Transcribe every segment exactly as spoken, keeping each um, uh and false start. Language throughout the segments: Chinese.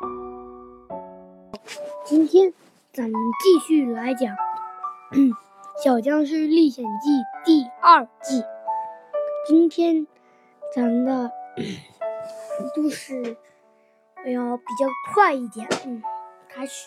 今天咱们继续来讲《小僵尸历险记》第二季。今天咱们的故事我要比较快一点，嗯，开始。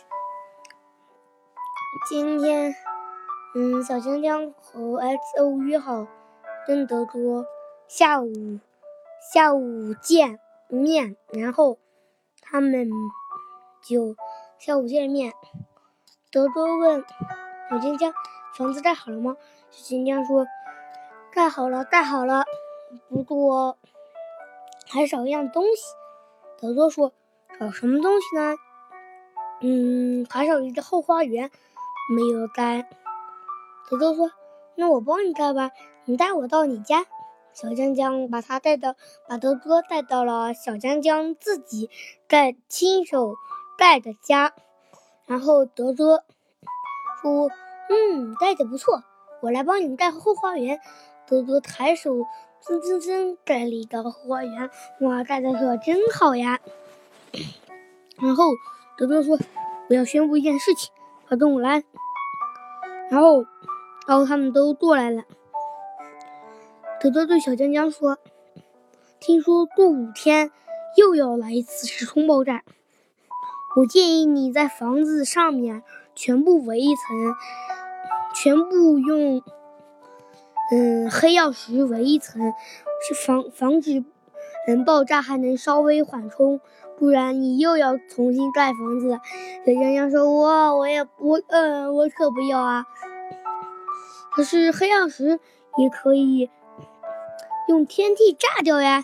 今天，嗯，小江江和 X O 约好跟德多下午下午见面，然后他们就下午见面。德多问小江江：“房子盖好了吗？”小江江说：“盖好了，盖好了，不过还少一样东西。”德多说：“少什么东西呢？”“嗯，还少一个后花园，没有盖。”德多说：“那我帮你盖吧，你带我到你家。”小江江把他带到，把德多带到了小江江自己盖亲手盖的家。然后德多说：“嗯，盖得不错，我来帮你盖后花园。”德多抬手噌噌噌盖了一个后花园，哇，盖得可真好呀！然后德多说：“我要宣布一件事情，快跟我来。”然后，然后他们都过来了。德多对小江江说：“听说过五天又要来一次时空爆炸，我建议你在房子上面全部围一层，全部用嗯黑曜石围一层，是防防止嗯爆炸还能稍微缓冲，不然你又要重新盖房子了。”小江江说：“哇，我也我嗯、呃、我可不要啊！可是黑曜石也可以用天地炸掉呀。”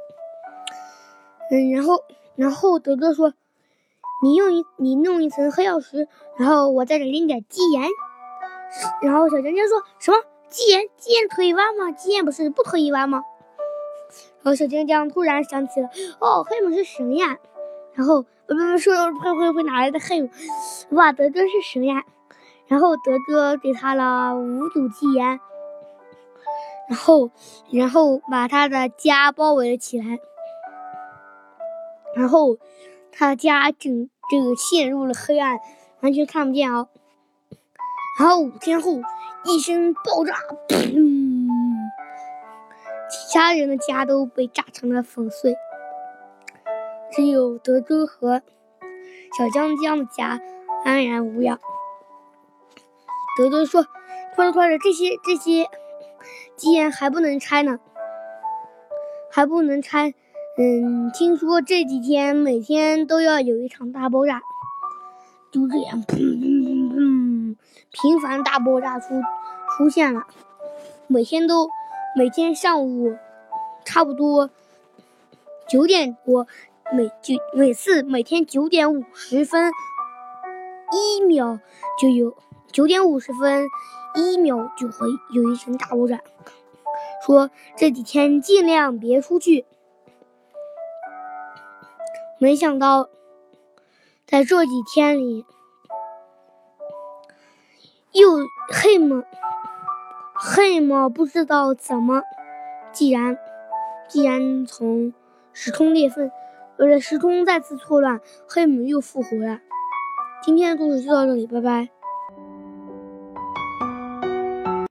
嗯，然后然后德哥说：“你用一你弄一层黑曜石，然后我再给你点基岩。”然后小江江说：“什么基岩？基岩可以挖吗？基岩不是不可以挖吗？”然后小江江突然想起了，哦，黑姆是神呀。然后不不不说会会会哪来的黑姆？哇，德哥是神呀。然后德哥给他了五组基岩，然后然后把他的家包围了起来。然后他的家整这个陷入了黑暗，完全看不见哦。然后五天后，一声爆炸，砰！其他人的家都被炸成了粉碎，只有德州和小江江的家安然无恙。德州说：“快着快着，这些这些基岩还不能拆呢，还不能拆。嗯，听说这几天每天都要有一场大爆炸。”就这样，砰砰砰砰，频繁大爆炸出出现了。每天都，每天上午差不多九点多，每就每次每天九点五十分一秒就有九点五十分一秒就会有一声大爆炸。说这几天尽量别出去。没想到，在这几天里，又黑么黑么不知道怎么，既然既然从时空裂缝，有了时空再次错乱，黑姆又复活了。今天的故事就到这里，拜拜。